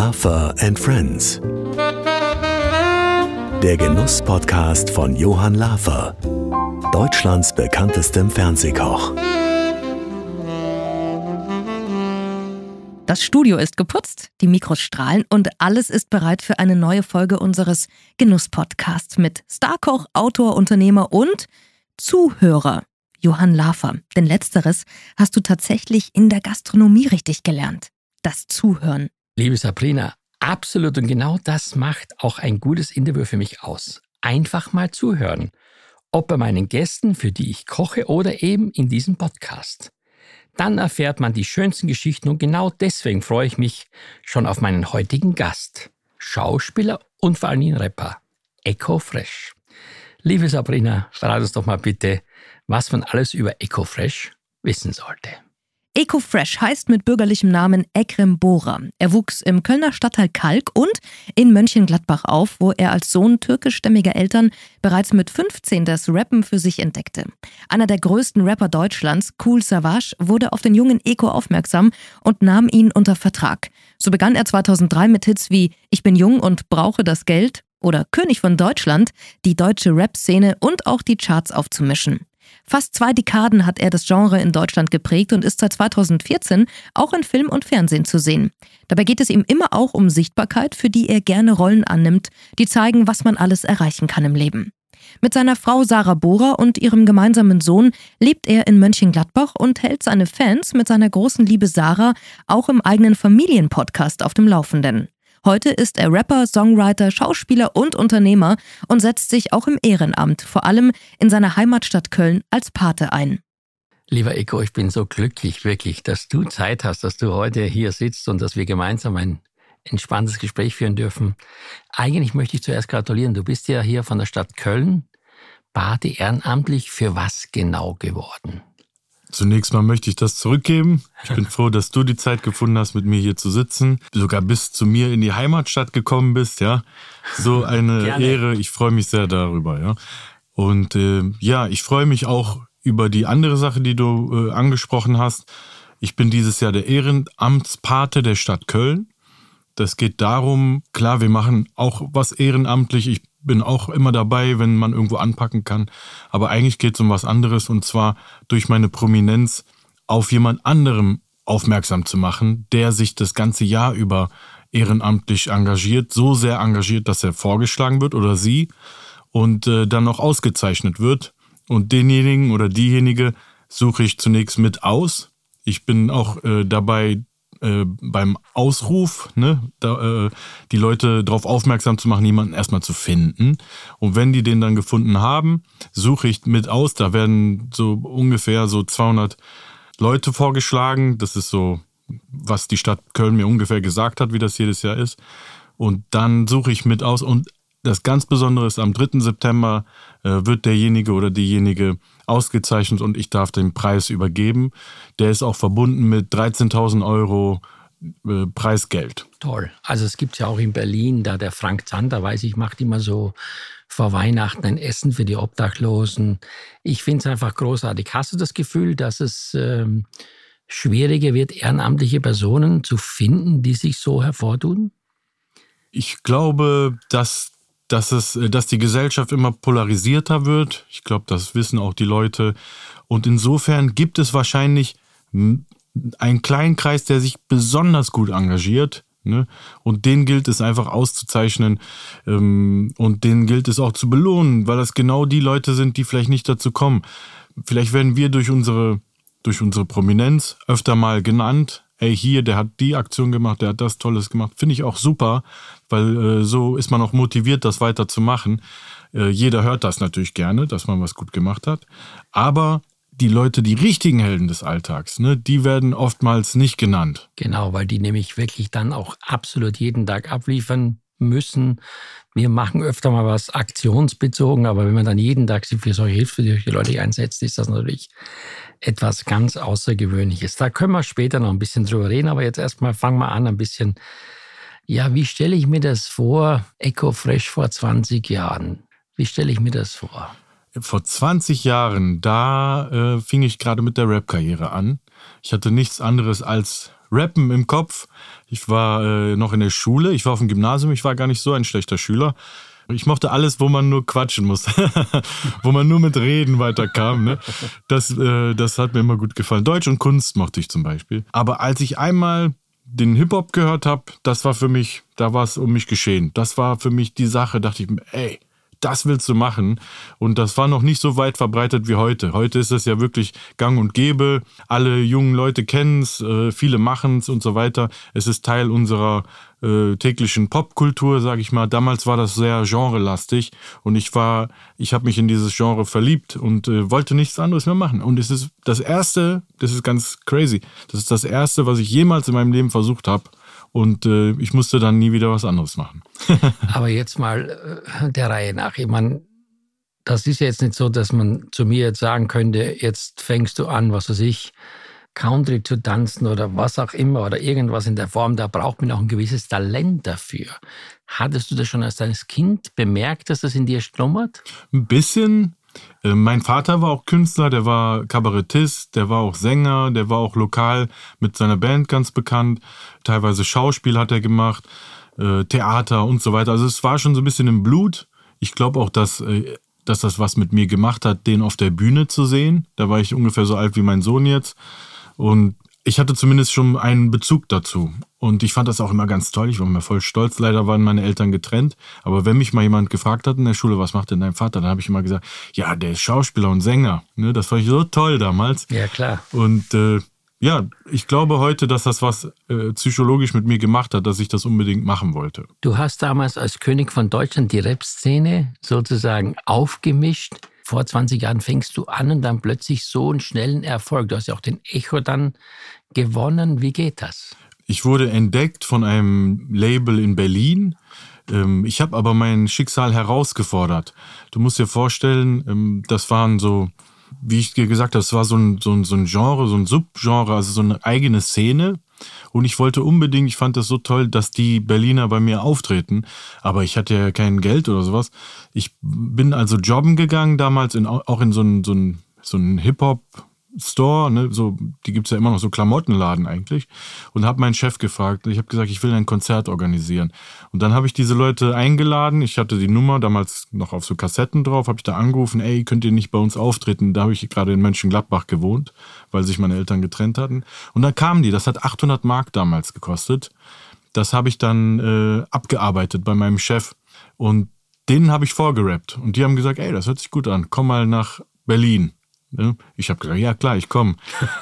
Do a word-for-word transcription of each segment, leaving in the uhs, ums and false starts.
Lafer and Friends. Der Genuss-Podcast von Johann Lafer, Deutschlands bekanntestem Fernsehkoch. Das Studio ist geputzt, die Mikros strahlen und alles ist bereit für eine neue Folge unseres Genuss-Podcasts mit Starkoch, Autor, Unternehmer und Zuhörer Johann Lafer. Denn letzteres hast du tatsächlich in der Gastronomie richtig gelernt. Das Zuhören. Liebe Sabrina, absolut, und genau das macht auch ein gutes Interview für mich aus. Einfach mal zuhören. Ob bei meinen Gästen, für die ich koche, oder eben in diesem Podcast. Dann erfährt man die schönsten Geschichten und genau deswegen freue ich mich schon auf meinen heutigen Gast. Schauspieler und vor allem Rapper. Eko Fresh. Liebe Sabrina, verrat uns doch mal bitte, was man alles über Eko Fresh wissen sollte. Eko Fresh heißt mit bürgerlichem Namen Ekrem Bora. Er wuchs im Kölner Stadtteil Kalk und in Mönchengladbach auf, wo er als Sohn türkischstämmiger Eltern bereits mit fünfzehn das Rappen für sich entdeckte. Einer der größten Rapper Deutschlands, Kool Savas, wurde auf den jungen Eko aufmerksam und nahm ihn unter Vertrag. So begann er zweitausenddrei mit Hits wie Ich bin jung und brauche das Geld oder König von Deutschland, die deutsche Rap-Szene und auch die Charts aufzumischen. Fast zwei Dekaden hat er das Genre in Deutschland geprägt und ist seit zweitausendvierzehn auch in Film und Fernsehen zu sehen. Dabei geht es ihm immer auch um Sichtbarkeit, für die er gerne Rollen annimmt, die zeigen, was man alles erreichen kann im Leben. Mit seiner Frau Sarah Bora und ihrem gemeinsamen Sohn lebt er in Mönchengladbach und hält seine Fans mit seiner großen Liebe Sarah auch im eigenen Familienpodcast auf dem Laufenden. Heute ist er Rapper, Songwriter, Schauspieler und Unternehmer und setzt sich auch im Ehrenamt, vor allem in seiner Heimatstadt Köln, als Pate ein. Lieber Eko, ich bin so glücklich, wirklich, dass du Zeit hast, dass du heute hier sitzt und dass wir gemeinsam ein entspanntes Gespräch führen dürfen. Eigentlich möchte ich zuerst gratulieren. Du bist ja hier von der Stadt Köln, Pate ehrenamtlich. Für was genau geworden? Zunächst mal möchte ich das zurückgeben. Ich bin froh, dass du die Zeit gefunden hast, mit mir hier zu sitzen. Sogar bis zu mir in die Heimatstadt gekommen bist, ja. So eine Gerne. Ehre. Ich freue mich sehr darüber, ja. Und äh, ja, ich freue mich auch über die andere Sache, die du äh, angesprochen hast. Ich bin dieses Jahr der Ehrenamtspate der Stadt Köln. Das geht darum, klar, wir machen auch was ehrenamtlich. Ich bin auch immer dabei, wenn man irgendwo anpacken kann. Aber eigentlich geht es um was anderes, und zwar durch meine Prominenz auf jemand anderem aufmerksam zu machen, der sich das ganze Jahr über ehrenamtlich engagiert, so sehr engagiert, dass er vorgeschlagen wird oder sie und äh, dann noch ausgezeichnet wird. Und denjenigen oder diejenige suche ich zunächst mit aus. Ich bin auch äh, dabei, Äh, beim Ausruf, ne, da, äh, die Leute darauf aufmerksam zu machen, jemanden erstmal zu finden. Und wenn die den dann gefunden haben, suche ich mit aus. Da werden so ungefähr so zweihundert Leute vorgeschlagen. Das ist so, was die Stadt Köln mir ungefähr gesagt hat, wie das jedes Jahr ist. Und dann suche ich mit aus. Und das ganz Besondere ist, am dritten September äh, wird derjenige oder diejenige ausgezeichnet und ich darf den Preis übergeben. Der ist auch verbunden mit dreizehntausend Euro äh, Preisgeld. Toll. Also es gibt ja auch in Berlin, da der Frank Zander, weiß ich, macht immer so vor Weihnachten ein Essen für die Obdachlosen. Ich finde es einfach großartig. Hast du das Gefühl, dass es ähm, schwieriger wird, ehrenamtliche Personen zu finden, die sich so hervortun? Ich glaube, dass Dass, es, dass die Gesellschaft immer polarisierter wird. Ich glaube, das wissen auch die Leute. Und insofern gibt es wahrscheinlich einen kleinen Kreis, der sich besonders gut engagiert. Ne? Und den gilt es einfach auszuzeichnen. Ähm, und den gilt es auch zu belohnen, weil das genau die Leute sind, die vielleicht nicht dazu kommen. Vielleicht werden wir durch unsere, durch unsere Prominenz öfter mal genannt. Ey, hier, der hat die Aktion gemacht, der hat das Tolles gemacht. Finde ich auch super, weil äh, so ist man auch motiviert, das weiter zu machen. Äh, jeder hört das natürlich gerne, dass man was gut gemacht hat. Aber die Leute, die richtigen Helden des Alltags, ne, die werden oftmals nicht genannt. Genau, weil die nämlich wirklich dann auch absolut jeden Tag abliefern müssen. Wir machen öfter mal was aktionsbezogen, aber wenn man dann jeden Tag sich für solche Hilfe durch die Leute einsetzt, ist das natürlich etwas ganz Außergewöhnliches. Da können wir später noch ein bisschen drüber reden, aber jetzt erstmal fangen wir an ein bisschen. Ja, wie stelle ich mir das vor, Eko Fresh vor zwanzig Jahren? Wie stelle ich mir das vor? Vor zwanzig Jahren, da äh, fing ich gerade mit der Rap-Karriere an. Ich hatte nichts anderes als Rappen im Kopf. Ich war äh, noch in der Schule, ich war auf dem Gymnasium, ich war gar nicht so ein schlechter Schüler. Ich mochte alles, wo man nur quatschen muss, wo man nur mit Reden weiterkam. Ne? Das, äh, das hat mir immer gut gefallen. Deutsch und Kunst mochte ich zum Beispiel. Aber als ich einmal den Hip-Hop gehört habe, das war für mich, da war es um mich geschehen. Das war für mich die Sache, dachte ich mir, ey, das willst du machen. Und das war noch nicht so weit verbreitet wie heute. Heute ist es ja wirklich gang und gäbe. Alle jungen Leute kennen es, äh, viele machen es und so weiter. Es ist Teil unserer äh, täglichen Popkultur, sage ich mal. Damals war das sehr genrelastig und ich war, ich habe mich in dieses Genre verliebt und äh, wollte nichts anderes mehr machen. Und es ist das Erste, das ist ganz crazy, das ist das Erste, was ich jemals in meinem Leben versucht habe. Und äh, ich musste dann nie wieder was anderes machen. Aber jetzt mal äh, der Reihe nach. Ich meine, das ist ja jetzt nicht so, dass man zu mir jetzt sagen könnte, jetzt fängst du an, was weiß ich, Country zu tanzen oder was auch immer oder irgendwas in der Form. Da braucht man auch ein gewisses Talent dafür. Hattest du das schon als kleines Kind bemerkt, dass das in dir schlummert? Ein bisschen. Mein Vater war auch Künstler, der war Kabarettist, der war auch Sänger, der war auch lokal mit seiner Band ganz bekannt. Teilweise Schauspiel hat er gemacht, äh, Theater und so weiter. Also es war schon so ein bisschen im Blut. Ich glaube auch, dass, äh, dass das was mit mir gemacht hat, den auf der Bühne zu sehen. Da war ich ungefähr so alt wie mein Sohn jetzt. Und ich hatte zumindest schon einen Bezug dazu. Und ich fand das auch immer ganz toll. Ich war immer voll stolz. Leider waren meine Eltern getrennt. Aber wenn mich mal jemand gefragt hat in der Schule, was macht denn dein Vater? Dann habe ich immer gesagt, ja, der ist Schauspieler und Sänger. Ne, das fand ich so toll damals. Ja, klar. Und äh, ja, ich glaube heute, dass das was äh, psychologisch mit mir gemacht hat, dass ich das unbedingt machen wollte. Du hast damals als König von Deutschland die Rap-Szene sozusagen aufgemischt. Vor zwanzig Jahren fängst du an und dann plötzlich so einen schnellen Erfolg. Du hast ja auch den Echo dann gewonnen. Wie geht das? Ich wurde entdeckt von einem Label in Berlin. Ich habe aber mein Schicksal herausgefordert. Du musst dir vorstellen, das waren so, wie ich dir gesagt habe, das war so ein, so ein, so ein Genre, so ein Subgenre, also so eine eigene Szene. Und ich wollte unbedingt, ich fand das so toll, dass die Berliner bei mir auftreten. Aber ich hatte ja kein Geld oder sowas. Ich bin also jobben gegangen damals, in, auch in so einen so ein, so ein Hip-Hop- Store, ne, so, die gibt's ja immer noch, so Klamottenladen eigentlich, und habe meinen Chef gefragt. Ich habe gesagt, ich will ein Konzert organisieren. Und dann habe ich diese Leute eingeladen. Ich hatte die Nummer damals noch auf so Kassetten drauf, habe ich da angerufen, ey, könnt ihr nicht bei uns auftreten? Da habe ich gerade in Mönchengladbach gewohnt, weil sich meine Eltern getrennt hatten. Und dann kamen die, das hat achthundert Mark damals gekostet. Das habe ich dann äh, abgearbeitet bei meinem Chef. Und denen habe ich vorgerappt. Und die haben gesagt, ey, das hört sich gut an, komm mal nach Berlin. Ich habe gesagt, ja klar, ich komme.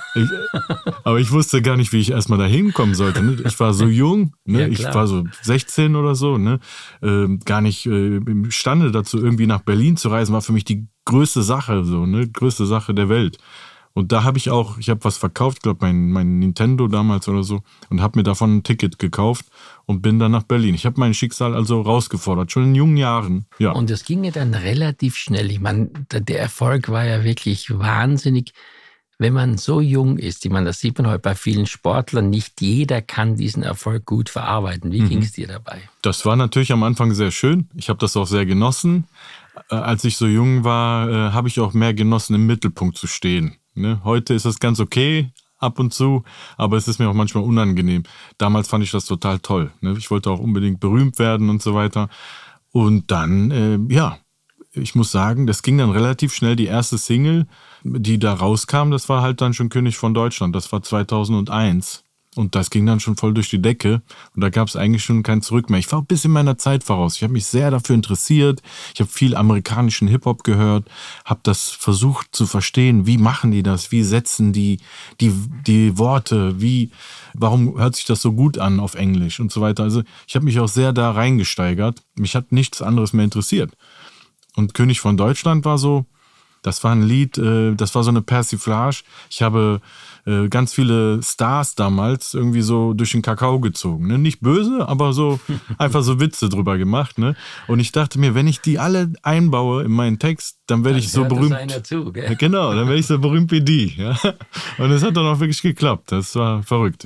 Aber ich wusste gar nicht, wie ich erstmal da hinkommen sollte. Ne? Ich war so jung, ne? Ja, ich war so sechzehn oder so, ne? ähm, gar nicht äh, imstande dazu, irgendwie nach Berlin zu reisen, war für mich die größte Sache, so, ne? Größte Sache der Welt. Und da habe ich auch, ich habe was verkauft, ich glaube mein, mein Nintendo damals oder so, und habe mir davon ein Ticket gekauft und bin dann nach Berlin. Ich habe mein Schicksal also rausgefordert, schon in jungen Jahren. Ja. Und das ging ja dann relativ schnell. Ich meine, der Erfolg war ja wirklich wahnsinnig. Wenn man so jung ist, ich meine, das sieht man heute bei vielen Sportlern, nicht jeder kann diesen Erfolg gut verarbeiten. Wie mhm. ging es dir dabei? Das war natürlich am Anfang sehr schön. Ich habe das auch sehr genossen. Als ich so jung war, habe ich auch mehr genossen, im Mittelpunkt zu stehen. Ne? Heute ist das ganz okay, ab und zu, aber es ist mir auch manchmal unangenehm. Damals fand ich das total toll. Ne? Ich wollte auch unbedingt berühmt werden und so weiter. Und dann, äh, ja, ich muss sagen, das ging dann relativ schnell. Die erste Single, die da rauskam, das war halt dann schon König von Deutschland. Das war zweitausendeins. Und das ging dann schon voll durch die Decke. Und da gab es eigentlich schon kein Zurück mehr. Ich war ein bisschen meiner Zeit voraus. Ich habe mich sehr dafür interessiert. Ich habe viel amerikanischen Hip-Hop gehört, habe das versucht zu verstehen. Wie machen die das? Wie setzen die die, die Worte? Wie, warum hört sich das so gut an auf Englisch und so weiter? Also ich habe mich auch sehr da reingesteigert. Mich hat nichts anderes mehr interessiert. Und König von Deutschland war so, das war ein Lied, äh, das war so eine Persiflage. Ich habe äh, ganz viele Stars damals irgendwie so durch den Kakao gezogen. Ne? Nicht böse, aber so einfach so Witze drüber gemacht. Ne? Und ich dachte mir, wenn ich die alle einbaue in meinen Text, dann werde ich so berühmt. Zu, gell? Genau, dann werde ich so berühmt wie die. Ja? Und es hat dann auch wirklich geklappt. Das war verrückt, ja.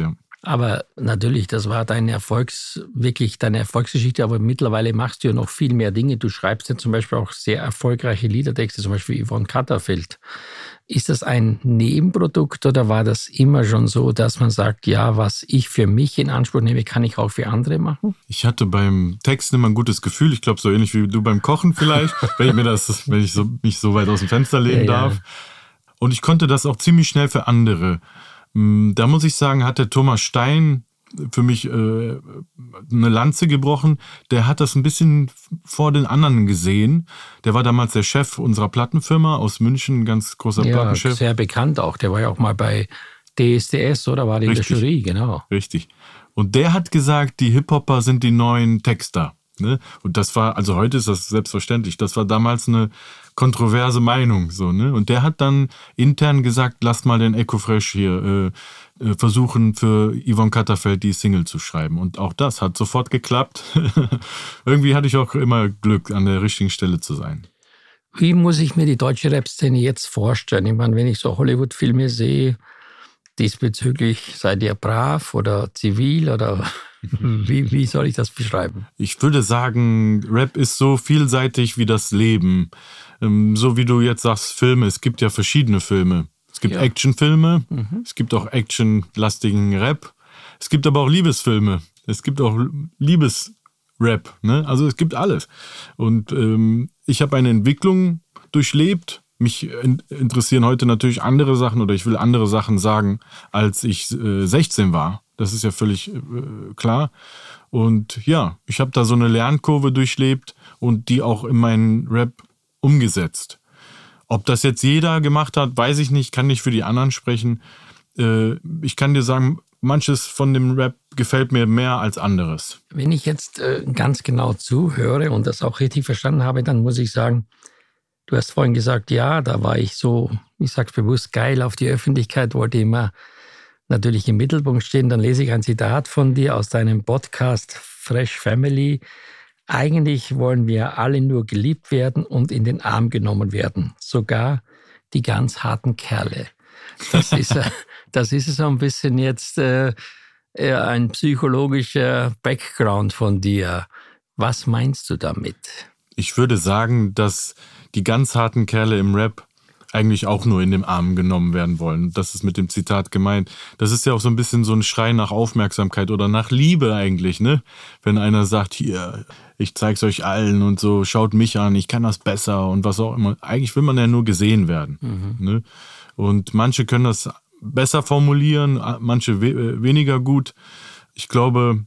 Aber natürlich, das war deine Erfolgs, wirklich deine Erfolgsgeschichte, aber mittlerweile machst du ja noch viel mehr Dinge. Du schreibst ja zum Beispiel auch sehr erfolgreiche Liedertexte, zum Beispiel Yvonne Catterfeld. Ist das ein Nebenprodukt oder war das immer schon so, dass man sagt, ja, was ich für mich in Anspruch nehme, kann ich auch für andere machen? Ich hatte beim Texten immer ein gutes Gefühl. Ich glaube, so ähnlich wie du beim Kochen vielleicht, wenn ich mir das, wenn ich so, mich so weit aus dem Fenster lehnen ja, darf. Ja. Und ich konnte das auch ziemlich schnell für andere. Da muss ich sagen, hat der Thomas Stein für mich äh, eine Lanze gebrochen. Der hat das ein bisschen vor den anderen gesehen. Der war damals der Chef unserer Plattenfirma aus München, ein ganz großer ja, Plattenchef. Sehr bekannt auch. Der war ja auch mal bei D S D S, oder? War der in der Jury, genau. Richtig. Und der hat gesagt, die Hip-Hopper sind die neuen Texter. Ne? Und das war, also heute ist das selbstverständlich, das war damals eine kontroverse Meinung. So, ne? Und der hat dann intern gesagt, lasst mal den Echo Fresh hier äh, äh, versuchen, für Yvonne Catterfeld die Single zu schreiben. Und auch das hat sofort geklappt. Irgendwie hatte ich auch immer Glück, an der richtigen Stelle zu sein. Wie muss ich mir die deutsche Rap-Szene jetzt vorstellen? Ich meine, wenn ich so Hollywood-Filme sehe, diesbezüglich seid ihr brav oder zivil oder wie, wie soll ich das beschreiben? Ich würde sagen, Rap ist so vielseitig wie das Leben. So wie du jetzt sagst, Filme, es gibt ja verschiedene Filme. Es gibt ja. Actionfilme, mhm. es gibt auch actionlastigen Rap, es gibt aber auch Liebesfilme, es gibt auch Liebesrap, ne? Also es gibt alles. Und ähm, ich habe eine Entwicklung durchlebt. Mich interessieren heute natürlich andere Sachen oder ich will andere Sachen sagen, als ich äh, sechzehn war. Das ist ja völlig äh, klar. Und ja, ich habe da so eine Lernkurve durchlebt und die auch in meinen Rap umgesetzt. Ob das jetzt jeder gemacht hat, weiß ich nicht, kann nicht für die anderen sprechen. Äh, ich kann dir sagen, manches von dem Rap gefällt mir mehr als anderes. Wenn ich jetzt äh, ganz genau zuhöre und das auch richtig verstanden habe, dann muss ich sagen, du hast vorhin gesagt, ja, da war ich so, ich sag's bewusst, geil auf die Öffentlichkeit, wollte immer natürlich im Mittelpunkt stehen. Dann lese ich ein Zitat von dir aus deinem Podcast Fresh Family. Eigentlich wollen wir alle nur geliebt werden und in den Arm genommen werden. Sogar die ganz harten Kerle. Das ist, das ist so ein bisschen jetzt äh, ein psychologischer Background von dir. Was meinst du damit? Ich würde sagen, dass die ganz harten Kerle im Rap eigentlich auch nur in den Arm genommen werden wollen. Das ist mit dem Zitat gemeint. Das ist ja auch so ein bisschen so ein Schrei nach Aufmerksamkeit oder nach Liebe eigentlich, ne? Wenn einer sagt, hier, ich zeig's euch allen und so, schaut mich an, ich kann das besser und was auch immer. Eigentlich will man ja nur gesehen werden. Mhm. Ne? Und manche können das besser formulieren, manche we- weniger gut. Ich glaube,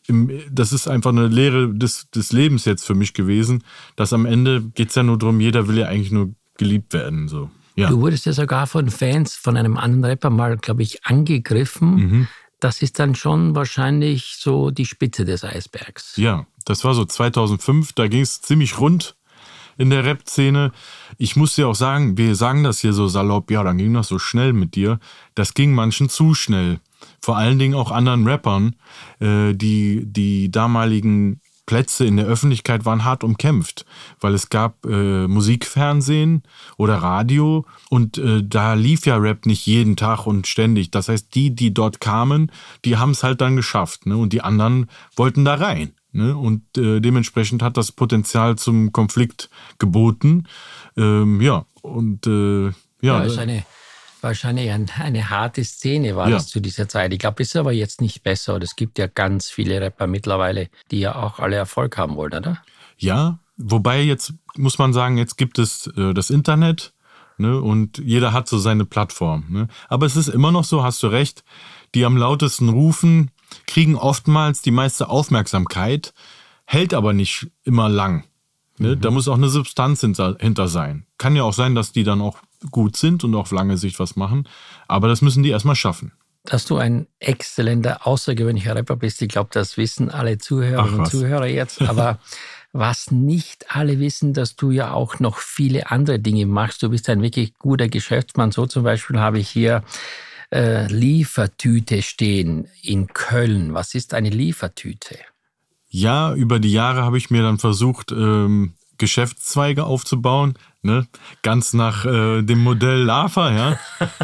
das ist einfach eine Lehre des, des Lebens jetzt für mich gewesen, dass am Ende geht es ja nur darum, jeder will ja eigentlich nur geliebt werden. So. Ja. Du wurdest ja sogar von Fans von einem anderen Rapper mal, glaube ich, angegriffen. Mhm. Das ist dann schon wahrscheinlich so die Spitze des Eisbergs. Ja, das war so zweitausendfünf, da ging es ziemlich rund in der Rap-Szene. Ich muss dir auch sagen, wir sagen das hier so salopp, ja, dann ging das so schnell mit dir. Das ging manchen zu schnell. Vor allen Dingen auch anderen Rappern, äh, die die damaligen Plätze in der Öffentlichkeit waren hart umkämpft, weil es gab äh, Musikfernsehen oder Radio und äh, da lief ja Rap nicht jeden Tag und ständig. Das heißt, die, die dort kamen, die haben es halt dann geschafft, ne? Und die anderen wollten da rein. Ne? Und äh, dementsprechend hat das Potenzial zum Konflikt geboten. Ähm, ja, und äh, ja. Ja, ist eine Wahrscheinlich ein, eine harte Szene war ja. das zu dieser Zeit. Ich glaube, es ist aber jetzt nicht besser. Und es gibt ja ganz viele Rapper mittlerweile, die ja auch alle Erfolg haben wollen, oder? Ja, wobei jetzt muss man sagen, jetzt gibt es äh, das Internet, ne, und jeder hat so seine Plattform. Ne? Aber es ist immer noch so, hast du recht, die am lautesten rufen, kriegen oftmals die meiste Aufmerksamkeit, hält aber nicht immer lang. Ne? Mhm. Da muss auch eine Substanz hinter, hinter sein. Kann ja auch sein, dass die dann auch gut sind und auf lange Sicht was machen. Aber das müssen die erstmal schaffen. Dass du ein exzellenter, außergewöhnlicher Rapper bist, ich glaube, das wissen alle Zuhörerinnen und Zuhörer jetzt. Aber was nicht alle wissen, dass du ja auch noch viele andere Dinge machst. Du bist ein wirklich guter Geschäftsmann. So zum Beispiel habe ich hier äh, Liefertüte stehen in Köln. Was ist eine Liefertüte? Ja, über die Jahre habe ich mir dann versucht, ähm, Geschäftszweige aufzubauen. Ne? Ganz nach äh, dem Modell Lava, ja.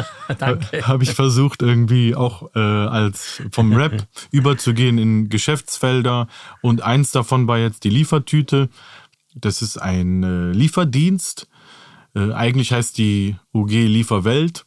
Danke. Habe ich versucht, irgendwie auch äh, als vom Rap überzugehen in Geschäftsfelder. Und eins davon war jetzt die Liefertüte. Das ist ein äh, Lieferdienst. Äh, eigentlich heißt die U G Lieferwelt.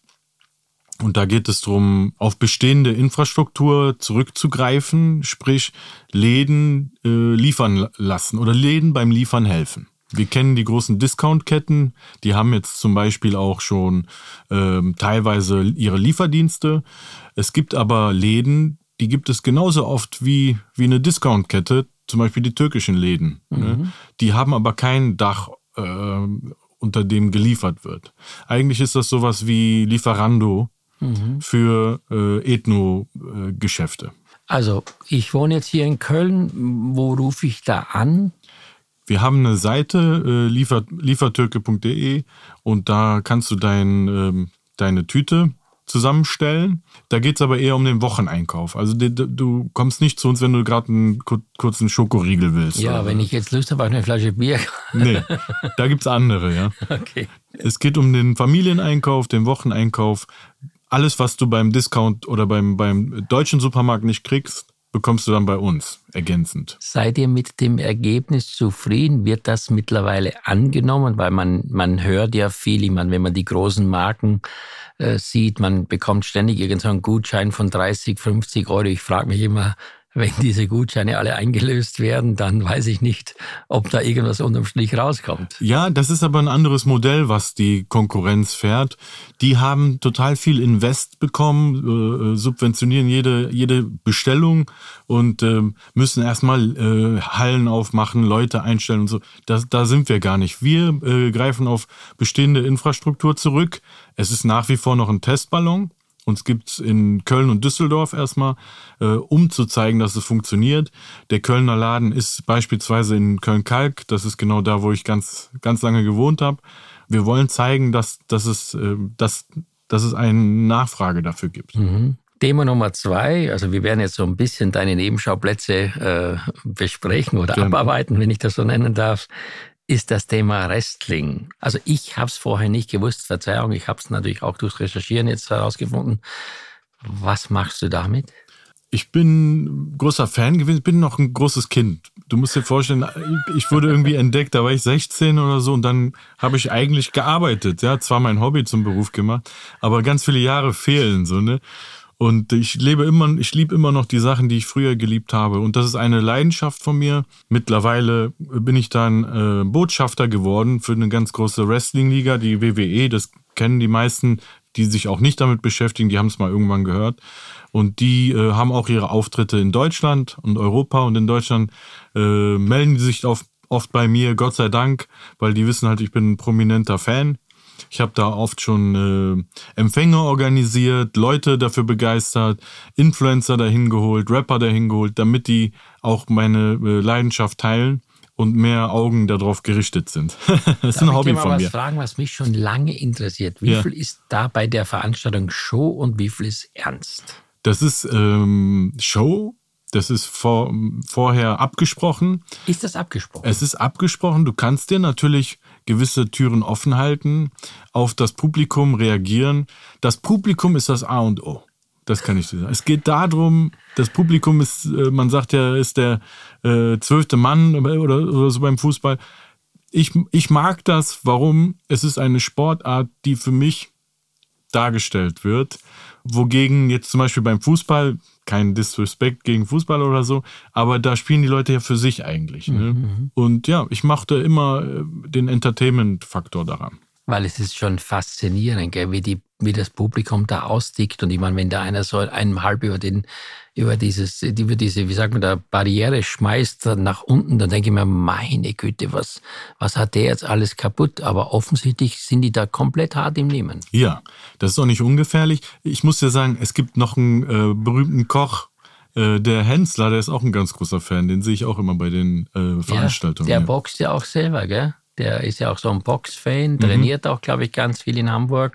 Und da geht es darum, auf bestehende Infrastruktur zurückzugreifen, sprich Läden äh, liefern lassen oder Läden beim Liefern helfen. Wir kennen die großen Discount-Ketten, die haben jetzt zum Beispiel auch schon ähm, teilweise ihre Lieferdienste. Es gibt aber Läden, die gibt es genauso oft wie, wie eine Discount-Kette, zum Beispiel die türkischen Läden. Mhm. Ne? Die haben aber kein Dach, äh, unter dem geliefert wird. Eigentlich ist das sowas wie Lieferando mhm. für äh, Ethno-Geschäfte. Also ich wohne jetzt hier in Köln. Wo rufe ich da an? Wir haben eine Seite, äh, liefer, liefertürke punkt de, und da kannst du dein, ähm, deine Tüte zusammenstellen. Da geht es aber eher um den Wocheneinkauf. Also die, du kommst nicht zu uns, wenn du gerade einen kurzen Schokoriegel willst. Ja, oder? Wenn ich jetzt Lust habe auf eine Flasche Bier. Nee, da gibt es andere, ja. Okay. Es geht um den Familieneinkauf, den Wocheneinkauf. Alles, was du beim Discount oder beim, beim deutschen Supermarkt nicht kriegst, bekommst du dann bei uns ergänzend. Seid ihr mit dem Ergebnis zufrieden? Wird das mittlerweile angenommen? Weil man, man hört ja viel, ich meine, wenn man die großen Marken äh, sieht, man bekommt ständig irgendeinen Gutschein von dreißig, fünfzig Euro. Ich frage mich immer, wenn diese Gutscheine alle eingelöst werden, dann weiß ich nicht, ob da irgendwas unterm Strich rauskommt. Ja, das ist aber ein anderes Modell, was die Konkurrenz fährt. Die haben total viel Invest bekommen, äh, subventionieren jede, jede Bestellung und äh, müssen erstmal äh, Hallen aufmachen, Leute einstellen und so. Das, da sind wir gar nicht. Wir äh, greifen auf bestehende Infrastruktur zurück. Es ist nach wie vor noch ein Testballon. Uns gibt es in Köln und Düsseldorf erstmal, äh, um zu zeigen, dass es funktioniert. Der Kölner Laden ist beispielsweise in Köln-Kalk. Das ist genau da, wo ich ganz, ganz lange gewohnt habe. Wir wollen zeigen, dass, dass, es, äh, dass, dass es eine Nachfrage dafür gibt. Mhm. Thema Nummer zwei, also wir werden jetzt so ein bisschen deine Nebenschauplätze äh, besprechen oder Gerne. abarbeiten, wenn ich das so nennen darf, ist das Thema Wrestling. Also ich habe es vorher nicht gewusst, Verzeihung, ich habe es natürlich auch durchs Recherchieren jetzt herausgefunden. Was machst du damit? Ich bin großer Fan gewesen, ich bin noch ein großes Kind. Du musst dir vorstellen, ich wurde irgendwie entdeckt, da war ich sechzehn oder so und dann habe ich eigentlich gearbeitet. Ja, zwar mein Hobby zum Beruf gemacht, aber ganz viele Jahre fehlen so, ne? Und ich lebe immer, ich liebe immer noch die Sachen, die ich früher geliebt habe. Und das ist eine Leidenschaft von mir. Mittlerweile bin ich dann äh, Botschafter geworden für eine ganz große Wrestling-Liga, die W W E. Das kennen die meisten, die sich auch nicht damit beschäftigen. Die haben es mal irgendwann gehört. Und die äh, haben auch ihre Auftritte in Deutschland und Europa. Und in Deutschland äh, melden die sich auf, oft bei mir, Gott sei Dank, weil die wissen halt, ich bin ein prominenter Fan. Ich habe da oft schon äh, Empfänge organisiert, Leute dafür begeistert, Influencer dahin geholt, Rapper dahin geholt, damit die auch meine äh, Leidenschaft teilen und mehr Augen darauf gerichtet sind. Das ist ein Hobby von mir. Ich will mal was fragen, was mich schon lange interessiert. Wie ja. viel ist da bei der Veranstaltung Show und wie viel ist ernst? Das ist ähm, Show. Das ist vor, vorher abgesprochen. Ist das abgesprochen? Es ist abgesprochen. Du kannst dir natürlich gewisse Türen offen halten, auf das Publikum reagieren. Das Publikum ist das A und O. Das kann ich dir sagen. Es geht darum, das Publikum ist, man sagt ja, ist der äh, zwölfte Mann oder, oder so beim Fußball. Ich, ich mag das. Warum? Es ist eine Sportart, die für mich dargestellt wird. Wogegen jetzt zum Beispiel beim Fußball, kein Disrespect gegen Fußball oder so, aber da spielen die Leute ja für sich eigentlich. Ne? Mhm. Und ja, ich machte immer den Entertainment-Faktor daran. Weil es ist schon faszinierend, gell, wie, die, wie das Publikum da austickt. Und ich meine, wenn da einer so einem halb über, den, über, dieses, über diese, wie sagt man da, Barriere schmeißt nach unten, dann denke ich mir, meine Güte, was, was hat der jetzt alles kaputt? Aber offensichtlich sind die da komplett hart im Nehmen. Ja, das ist auch nicht ungefährlich. Ich muss dir sagen, es gibt noch einen äh, berühmten Koch, äh, der Hensler, der ist auch ein ganz großer Fan. Den sehe ich auch immer bei den äh, Veranstaltungen. Ja, der boxt ja auch selber, gell? Der ist ja auch so ein Box-Fan, trainiert mhm. auch, glaube ich, ganz viel in Hamburg.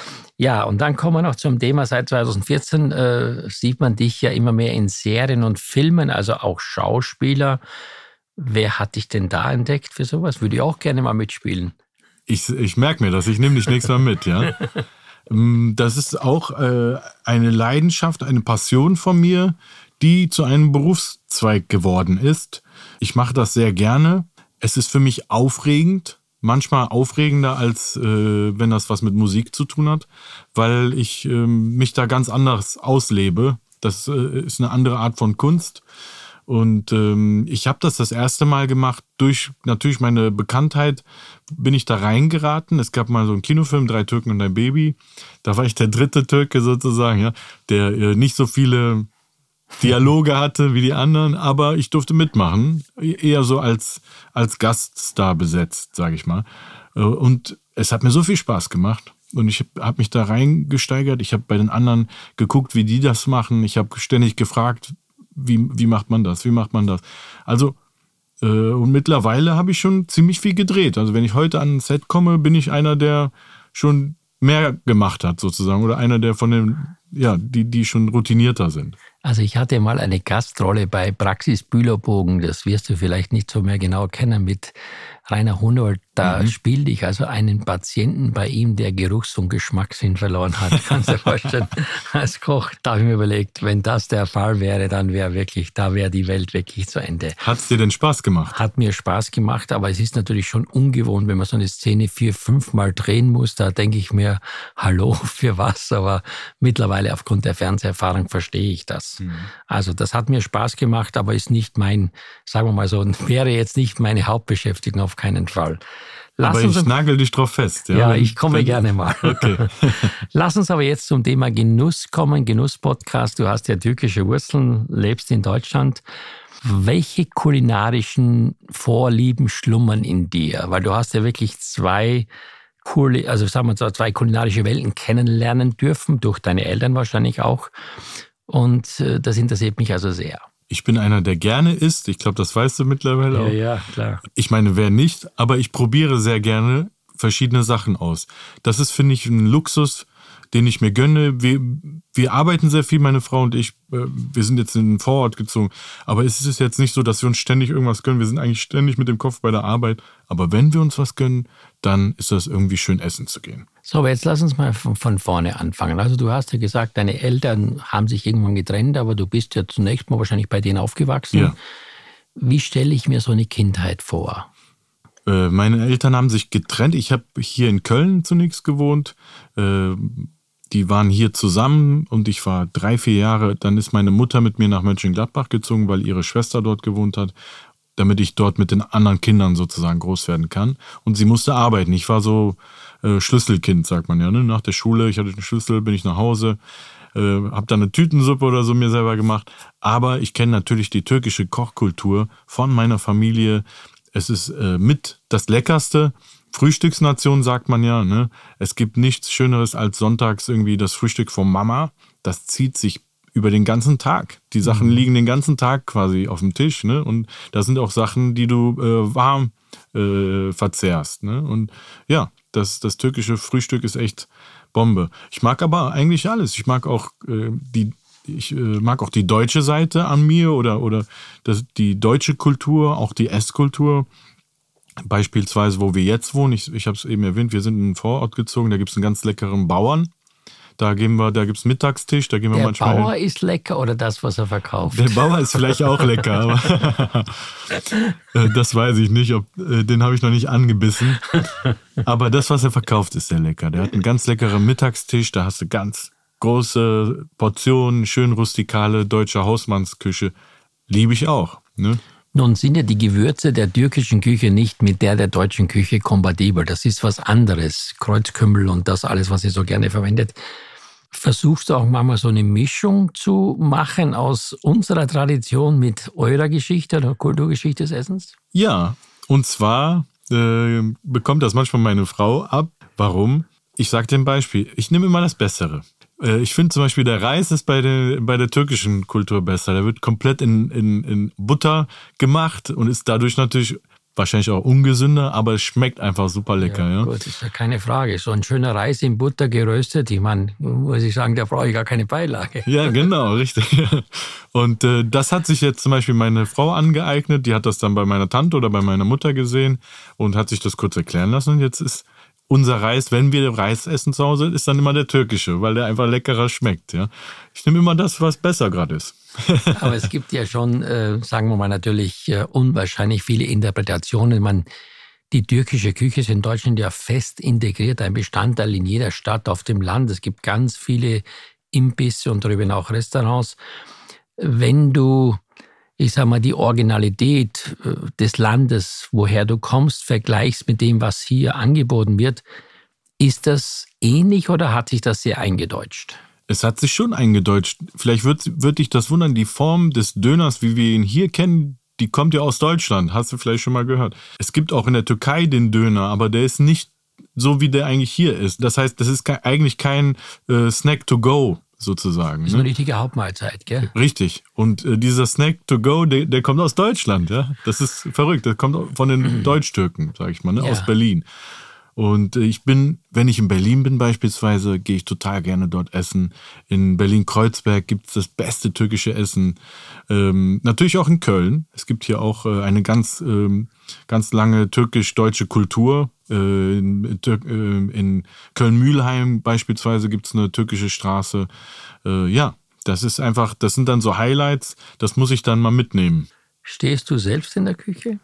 Ja, und dann kommen wir noch zum Thema. Seit zwanzig vierzehn äh, sieht man dich ja immer mehr in Serien und Filmen, also auch Schauspieler. Wer hat dich denn da entdeckt für sowas? Würde ich auch gerne mal mitspielen. Ich, ich merke mir das, ich nehme dich nächstes Mal mit, ja. Das ist auch äh, eine Leidenschaft, eine Passion von mir, die zu einem Berufszweig geworden ist. Ich mache das sehr gerne. Es ist für mich aufregend, manchmal aufregender, als äh, wenn das was mit Musik zu tun hat, weil ich äh, mich da ganz anders auslebe. Das äh, ist eine andere Art von Kunst. Und ähm, ich habe das das erste Mal gemacht, durch natürlich meine Bekanntheit bin ich da reingeraten. Es gab mal so einen Kinofilm, Drei Türken und ein Baby. Da war ich der dritte Türke sozusagen, ja, der äh, nicht so viele Dialoge hatte wie die anderen, aber ich durfte mitmachen. Eher so als, als Gaststar besetzt, sage ich mal. Und es hat mir so viel Spaß gemacht. Und ich habe mich da reingesteigert. Ich habe bei den anderen geguckt, wie die das machen. Ich habe ständig gefragt, Wie, wie macht man das? Wie macht man das? Also, äh, und mittlerweile habe ich schon ziemlich viel gedreht. Also, wenn ich heute an ein Set komme, bin ich einer, der schon mehr gemacht hat, sozusagen. Oder einer, der von den, ja, die, die schon routinierter sind. Also, ich hatte mal eine Gastrolle bei Praxis Bühlerbogen. Das wirst du vielleicht nicht so mehr genau kennen, mit Rainer Hunold. Da mhm. spielte ich also einen Patienten bei ihm, der Geruchs- und Geschmackssinn verloren hat. Kannst du dir vorstellen, als Koch, da habe ich mir überlegt, wenn das der Fall wäre, dann wäre wirklich, da wäre die Welt wirklich zu Ende. Hat es dir denn Spaß gemacht? Hat mir Spaß gemacht, aber es ist natürlich schon ungewohnt, wenn man so eine Szene vier, fünf Mal drehen muss. Da denke ich mir, hallo, für was? Aber mittlerweile aufgrund der Fernseherfahrung verstehe ich das. Mhm. Also das hat mir Spaß gemacht, aber ist nicht mein, sagen wir mal so, wäre jetzt nicht meine Hauptbeschäftigung, auf keinen Fall. Lass aber ich nagel dich drauf fest. Ja, ja ich komme wenn, gerne mal. Okay. Lass uns aber jetzt zum Thema Genuss kommen. Genuss-Podcast. Du hast ja türkische Wurzeln, lebst in Deutschland. Welche kulinarischen Vorlieben schlummern in dir? Weil du hast ja wirklich zwei, also sagen wir so, zwei kulinarische Welten kennenlernen dürfen, durch deine Eltern wahrscheinlich auch. Und das interessiert mich also sehr. Ich bin einer, der gerne isst. Ich glaube, das weißt du mittlerweile ja, auch. Ja, klar. Ich meine, wer nicht, aber ich probiere sehr gerne verschiedene Sachen aus. Das ist, finde ich, ein Luxus, den ich mir gönne. Wir, wir arbeiten sehr viel, meine Frau und ich. Wir sind jetzt in den Vorort gezogen. Aber es ist jetzt nicht so, dass wir uns ständig irgendwas gönnen. Wir sind eigentlich ständig mit dem Kopf bei der Arbeit. Aber wenn wir uns was gönnen, dann ist das irgendwie schön, essen zu gehen. So, aber jetzt lass uns mal von, von vorne anfangen. Also du hast ja gesagt, deine Eltern haben sich irgendwann getrennt, aber du bist ja zunächst mal wahrscheinlich bei denen aufgewachsen. Ja. Wie stelle ich mir so eine Kindheit vor? Äh, meine Eltern haben sich getrennt. Ich habe hier in Köln zunächst gewohnt. Äh, die waren hier zusammen und ich war drei, vier Jahre. Dann ist meine Mutter mit mir nach Mönchengladbach gezogen, weil ihre Schwester dort gewohnt hat, damit ich dort mit den anderen Kindern sozusagen groß werden kann. Und sie musste arbeiten. Ich war so äh, Schlüsselkind, sagt man ja. Ne? Nach der Schule, ich hatte den Schlüssel, bin ich nach Hause, äh, habe dann eine Tütensuppe oder so mir selber gemacht. Aber ich kenne natürlich die türkische Kochkultur von meiner Familie. Es ist äh, mit das Leckerste. Frühstücksnation sagt man ja. Ne? Es gibt nichts Schöneres als sonntags irgendwie das Frühstück von Mama. Das zieht sich über den ganzen Tag. Die Sachen mhm. liegen den ganzen Tag quasi auf dem Tisch. Ne? Und das sind auch Sachen, die du äh, warm äh, verzehrst. Ne? Und ja, das, das türkische Frühstück ist echt Bombe. Ich mag aber eigentlich alles. Ich mag auch äh, die Ich äh, mag auch die deutsche Seite an mir oder, oder das, die deutsche Kultur, auch die Esskultur. Beispielsweise, wo wir jetzt wohnen, ich, ich habe es eben erwähnt, wir sind in einen Vorort gezogen, da gibt es einen ganz leckeren Bauern. Da gehen wir, da gibt es Mittagstisch, da gehen wir der manchmal. Der Bauer hin. Ist lecker oder das, was er verkauft? Der Bauer ist vielleicht auch lecker, aber das weiß ich nicht, ob, den habe ich noch nicht angebissen. Aber das, was er verkauft, ist sehr lecker. Der hat einen ganz leckeren Mittagstisch, da hast du ganz große Portionen, schön rustikale deutsche Hausmannsküche. Liebe ich auch. Ne? Nun sind ja die Gewürze der türkischen Küche nicht mit der der deutschen Küche kompatibel. Das ist was anderes. Kreuzkümmel und das alles, was ihr so gerne verwendet. Versuchst du auch manchmal so eine Mischung zu machen aus unserer Tradition mit eurer Geschichte oder Kulturgeschichte des Essens? Ja, und zwar äh, bekommt das manchmal meine Frau ab. Warum? Ich sage dir ein Beispiel. Ich nehme immer das Bessere. Ich finde zum Beispiel, der Reis ist bei der, bei der türkischen Kultur besser. Der wird komplett in, in, in Butter gemacht und ist dadurch natürlich wahrscheinlich auch ungesünder, aber es schmeckt einfach super lecker. Ja, ja. Gut, ist ja keine Frage. So ein schöner Reis in Butter geröstet, ich meine, muss ich sagen, da brauche ich gar keine Beilage. Ja, genau, richtig. Und äh, das hat sich jetzt zum Beispiel meine Frau angeeignet, die hat das dann bei meiner Tante oder bei meiner Mutter gesehen und hat sich das kurz erklären lassen. Und jetzt ist unser Reis, wenn wir Reis essen zu Hause, ist dann immer der türkische, weil der einfach leckerer schmeckt. Ja, ich nehme immer das, was besser gerade ist. Aber es gibt ja schon, äh, sagen wir mal, natürlich äh, unwahrscheinlich viele Interpretationen. Man, die türkische Küche ist in Deutschland ja fest integriert, ein Bestandteil in jeder Stadt auf dem Land. Es gibt ganz viele Imbisse und darüber hinaus auch Restaurants. Wenn du, ich sag mal, die Originalität äh, des Landes, woher du kommst, vergleichst mit dem, was hier angeboten wird, ist das ähnlich oder hat sich das sehr eingedeutscht? Es hat sich schon eingedeutscht. Vielleicht wird, wird dich das wundern, die Form des Döners, wie wir ihn hier kennen, die kommt ja aus Deutschland. Hast du vielleicht schon mal gehört. Es gibt auch in der Türkei den Döner, aber der ist nicht so, wie der eigentlich hier ist. Das heißt, das ist ke- eigentlich kein äh, Snack to go sozusagen. Das ist ne? eine richtige Hauptmahlzeit, gell? Richtig. Und äh, dieser Snack to go, der, der kommt aus Deutschland. Ja? Das ist verrückt. Der kommt von den Deutschtürken, sag ich mal, ne? Ja. Aus Berlin. Und ich bin, wenn ich in Berlin bin beispielsweise, gehe ich total gerne dort essen. In Berlin-Kreuzberg gibt es das beste türkische Essen. Ähm, natürlich auch in Köln. Es gibt hier auch äh, eine ganz, ähm, ganz lange türkisch-deutsche Kultur. Äh, in, äh, in Köln-Mühlheim beispielsweise gibt es eine türkische Straße. Äh, ja, das ist einfach, das sind dann so Highlights, das muss ich dann mal mitnehmen. Stehst du selbst in der Küche?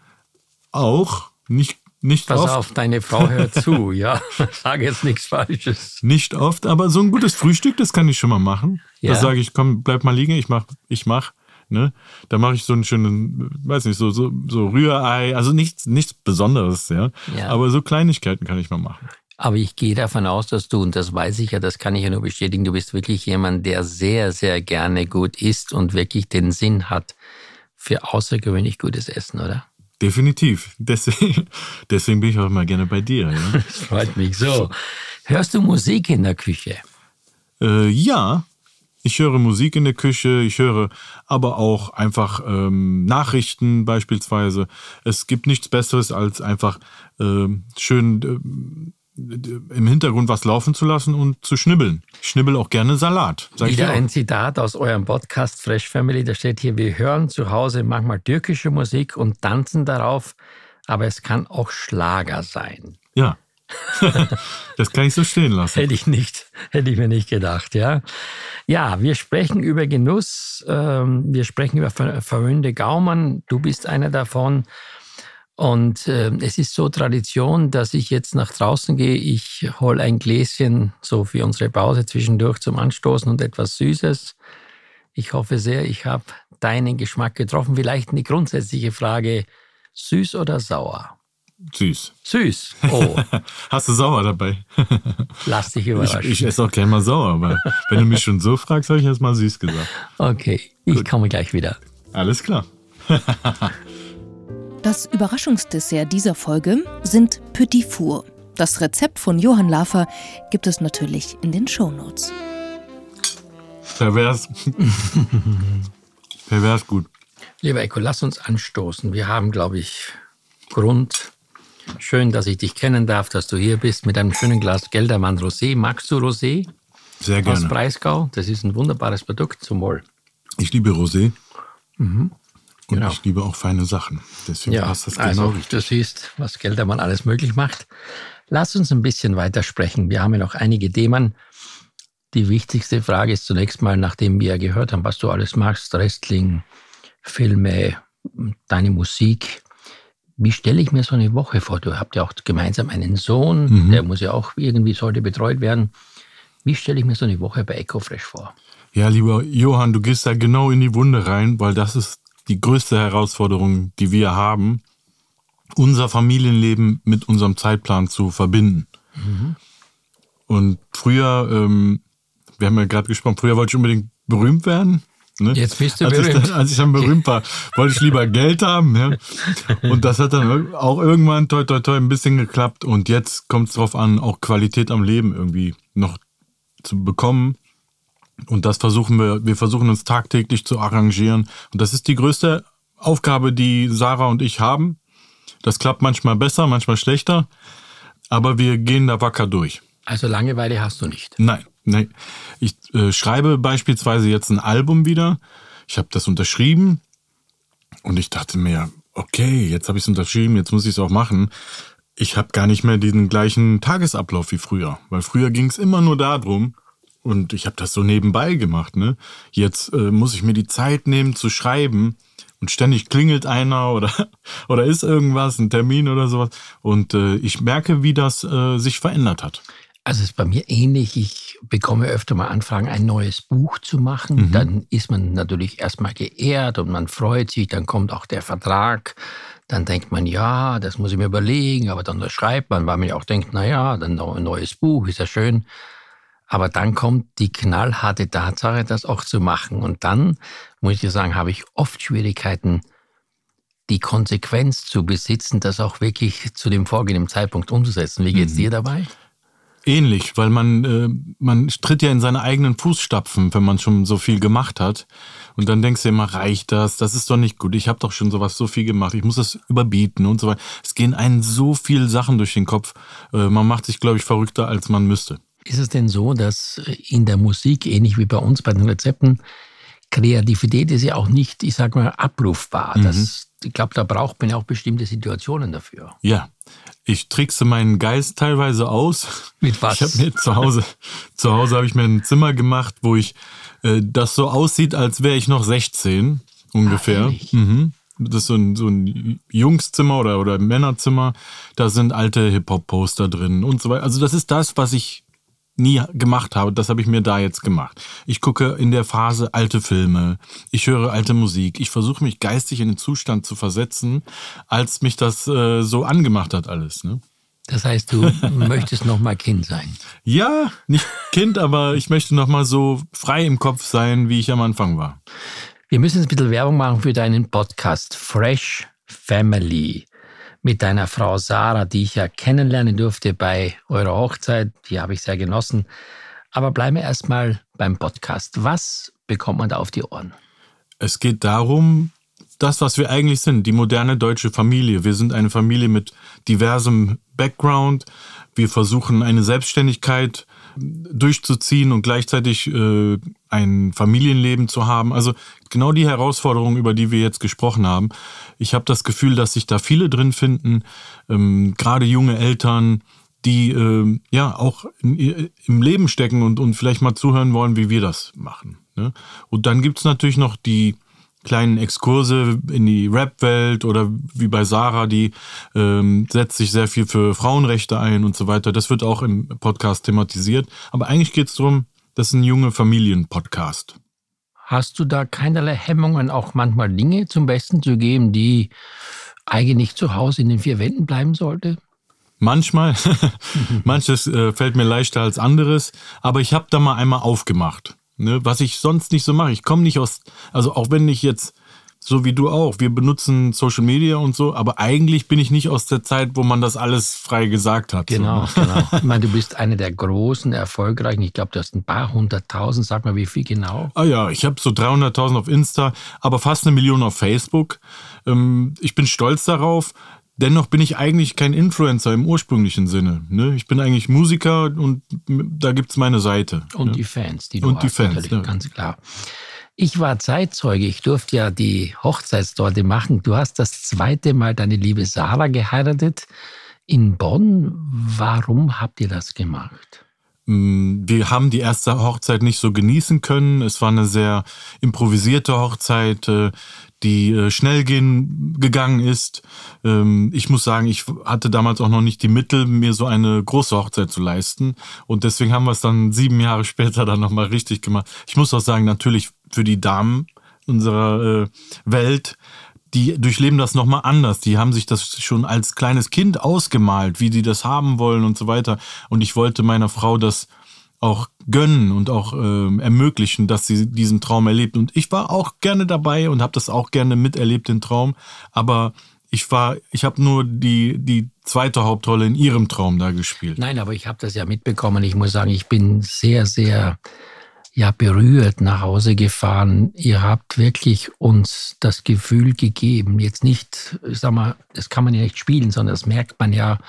Auch, nicht Nicht Pass oft. auf, deine Frau hört zu, ja. Sag jetzt nichts Falsches. Nicht oft, aber so ein gutes Frühstück, das kann ich schon mal machen. Ja. Da sage ich, komm, bleib mal liegen, ich mach, ich mach. Ne? Da mache ich so einen schönen, weiß nicht, so, so, so Rührei, also nichts, nichts Besonderes, ja? Ja. Aber so Kleinigkeiten kann ich mal machen. Aber ich gehe davon aus, dass du, und das weiß ich ja, das kann ich ja nur bestätigen, du bist wirklich jemand, der sehr, sehr gerne gut isst und wirklich den Sinn hat für außergewöhnlich gutes Essen, oder? Definitiv. Deswegen, deswegen bin ich auch immer gerne bei dir. Ja, Das freut mich so. Hörst du Musik in der Küche? äh, ja, ich höre Musik in der Küche, ich höre aber auch einfach ähm, Nachrichten beispielsweise. Es gibt nichts Besseres, als einfach ähm, schön ähm, im Hintergrund was laufen zu lassen und zu schnibbeln. Ich schnibbel auch gerne Salat. Sag ich Wieder dir auch. ein Zitat aus eurem Podcast Fresh Family, da steht hier, wir hören zu Hause manchmal türkische Musik und tanzen darauf, aber es kann auch Schlager sein. Ja, das kann ich so stehen lassen. Hätte ich nicht, hätte ich mir nicht gedacht, ja. Ja, wir sprechen über Genuss, ähm, wir sprechen über ver- verwöhnte Gaumen, du bist einer davon. Und äh, es ist so Tradition, dass ich jetzt nach draußen gehe, ich hole ein Gläschen so für unsere Pause zwischendurch zum Anstoßen und etwas Süßes. Ich hoffe sehr, ich habe deinen Geschmack getroffen. Vielleicht eine grundsätzliche Frage, süß oder sauer? Süß. Süß. Oh, Hast du sauer dabei? lass dich Ich, überraschen. ich esse auch gerne mal sauer, aber wenn du mich schon so fragst, habe ich erst mal süß gesagt. Okay, ich komme gleich wieder. Alles klar. Das Überraschungsdessert dieser Folge sind Petit Four. Das Rezept von Johann Lafer gibt es natürlich in den Shownotes. Pervers. Pervers gut. Lieber Eko, lass uns anstoßen. Wir haben, glaube ich, Grund. Schön, dass ich dich kennen darf, dass du hier bist mit einem schönen Glas Geldermann Rosé. Magst du Rosé? Sehr Aus gerne. Breisgau. Das ist ein wunderbares Produkt. Zum Wohl. Ich liebe Rosé. Mhm. Und Genau. ich liebe auch feine Sachen. Deswegen Ja, passt das genau also richtig. du siehst, was Geldermann alles möglich macht. Lass uns ein bisschen weiter sprechen. Wir haben ja noch einige Themen. Die wichtigste Frage ist zunächst mal, nachdem wir gehört haben, was du alles magst, Wrestling, Filme, deine Musik. Wie stelle ich mir so eine Woche vor? Du habt ja auch gemeinsam einen Sohn, Mhm. der muss ja auch irgendwie, sollte betreut werden. Wie stelle ich mir so eine Woche bei EcoFresh vor? Ja, lieber Johann, du gehst da genau in die Wunde rein, weil das ist die größte Herausforderung, die wir haben, unser Familienleben mit unserem Zeitplan zu verbinden. Mhm. Und früher, ähm, wir haben ja gerade gesprochen, früher wollte ich unbedingt berühmt werden. Ne? Jetzt bist du als berühmt. Ich dann, als ich dann berühmt war, wollte ich lieber Geld haben. Ja? Und das hat dann auch irgendwann toi, toi, toi ein bisschen geklappt. Und jetzt kommt es darauf an, auch Qualität am Leben irgendwie noch zu bekommen. Und das versuchen wir, wir versuchen uns tagtäglich zu arrangieren. Und das ist die größte Aufgabe, die Sarah und ich haben. Das klappt manchmal besser, manchmal schlechter, aber wir gehen da wacker durch. Also Langeweile hast du nicht? Nein, nein. Ich äh, schreibe beispielsweise jetzt ein Album wieder. Ich habe das unterschrieben und ich dachte mir, okay, jetzt habe ich es unterschrieben, jetzt muss ich es auch machen. Ich habe gar nicht mehr diesen gleichen Tagesablauf wie früher, weil früher ging es immer nur darum und ich habe das so nebenbei gemacht. Ne? Jetzt äh, muss ich mir die Zeit nehmen zu schreiben und ständig klingelt einer oder, oder ist irgendwas, ein Termin oder sowas und äh, ich merke, wie das äh, sich verändert hat. Also es ist bei mir ähnlich. Ich bekomme öfter mal Anfragen, ein neues Buch zu machen. Mhm. Dann ist man natürlich erstmal geehrt und man freut sich. Dann kommt auch der Vertrag. Dann denkt man, ja, das muss ich mir überlegen. Aber dann schreibt man, weil man ja auch denkt, naja, dann noch ein neues Buch, ist ja schön. Aber dann kommt die knallharte Tatsache, das auch zu machen. Und dann, muss ich dir sagen, habe ich oft Schwierigkeiten, die Konsequenz zu besitzen, das auch wirklich zu dem vorgegebenen Zeitpunkt umzusetzen. Wie geht's mhm. dir dabei? Ähnlich, weil man, äh, man tritt ja in seine eigenen Fußstapfen, wenn man schon so viel gemacht hat. Und dann denkst du immer, reicht das? Das ist doch nicht gut. Ich habe doch schon sowas so viel gemacht. Ich muss das überbieten und so weiter. Es gehen einem so viele Sachen durch den Kopf. Äh, man macht sich, glaube ich, verrückter, als man müsste. Ist es denn so, dass in der Musik, ähnlich wie bei uns bei den Rezepten, Kreativität ist ja auch nicht, ich sag mal, abrufbar. Mhm. Das, ich glaube, da braucht man ja auch bestimmte Situationen dafür. Ja. Ich trickse meinen Geist teilweise aus. Mit was? Ich habe mir zu Hause, zu Hause habe ich mir ein Zimmer gemacht, wo ich äh, das so aussieht, als wäre ich noch sechzehn ungefähr. Ach, mhm. Das ist so ein, so ein Jungszimmer oder, oder Männerzimmer. Da sind alte Hip-Hop-Poster drin und so weiter. Also das ist das, was ich nie gemacht habe. Das habe ich mir da jetzt gemacht. Ich gucke in der Phase alte Filme. Ich höre alte Musik. Ich versuche mich geistig in den Zustand zu versetzen, als mich das äh, so angemacht hat alles. Ne? Das heißt, du möchtest noch mal Kind sein? Ja, nicht Kind, aber ich möchte noch mal so frei im Kopf sein, wie ich am Anfang war. Wir müssen jetzt ein bisschen Werbung machen für deinen Podcast Fresh Family. Mit deiner Frau Sarah, die ich ja kennenlernen durfte bei eurer Hochzeit. Die habe ich sehr genossen. Aber bleiben wir erstmal beim Podcast. Was bekommt man da auf die Ohren? Es geht darum, das, was wir eigentlich sind, die moderne deutsche Familie. Wir sind eine Familie mit diversem Background. Wir versuchen, eine Selbstständigkeit durchzuziehen und gleichzeitig äh, ein Familienleben zu haben. Also genau die Herausforderungen, über die wir jetzt gesprochen haben. Ich habe das Gefühl, dass sich da viele drin finden, ähm, gerade junge Eltern, die äh, ja auch in, im Leben stecken und, und vielleicht mal zuhören wollen, wie wir das machen. Ne? Und dann gibt's natürlich noch die kleinen Exkurse in die Rap-Welt oder wie bei Sarah, die ähm, setzt sich sehr viel für Frauenrechte ein und so weiter. Das wird auch im Podcast thematisiert. Aber eigentlich geht es darum, das ist ein junge Familien-Podcast. Hast du da keinerlei Hemmungen, auch manchmal Dinge zum Besten zu geben, die eigentlich zu Hause in den vier Wänden bleiben sollte? Manchmal. Manches äh, fällt mir leichter als anderes. Aber ich habe da mal einmal aufgemacht. Ne, was ich sonst nicht so mache. Ich komme nicht aus, also auch wenn ich jetzt, so wie du auch, wir benutzen Social Media und so, aber eigentlich bin ich nicht aus der Zeit, wo man das alles frei gesagt hat. Genau, so. genau. Ich meine, du bist einer der großen, erfolgreichen, ich glaube, du hast ein paar hunderttausend, sag mal, wie viel genau? Ah ja, ich habe so dreihunderttausend auf Insta, aber fast eine Million auf Facebook. Ich bin stolz darauf. Dennoch bin ich eigentlich kein Influencer im ursprünglichen Sinne. Ne? Ich bin eigentlich Musiker und da gibt's meine Seite. Und ne? die Fans, die du und hast, die Fans, natürlich, ne? Ganz klar. Ich war Zeitzeuge, ich durfte ja die Hochzeitstorte machen. Du hast das zweite Mal deine liebe Sarah geheiratet in Bonn. Warum habt ihr das gemacht? Wir haben die erste Hochzeit nicht so genießen können. Es war eine sehr improvisierte Hochzeit, die schnell gehen, gegangen ist. Ich muss sagen, ich hatte damals auch noch nicht die Mittel, mir so eine große Hochzeit zu leisten. Und deswegen haben wir es dann sieben Jahre später dann nochmal richtig gemacht. Ich muss auch sagen, natürlich für die Damen unserer Welt, die durchleben das nochmal anders. Die haben sich das schon als kleines Kind ausgemalt, wie die das haben wollen und so weiter. Und ich wollte meiner Frau das auch gönnen und auch äh, ermöglichen, dass sie diesen Traum erlebt. Und ich war auch gerne dabei und habe das auch gerne miterlebt, den Traum. Aber ich war, ich habe nur die, die zweite Hauptrolle in ihrem Traum da gespielt. Nein, aber ich habe das ja mitbekommen. Ich muss sagen, ich bin sehr, sehr... ja, berührt nach Hause gefahren. Ihr habt wirklich uns das Gefühl gegeben, jetzt nicht, sag mal, das kann man ja nicht spielen, sondern das merkt man ja,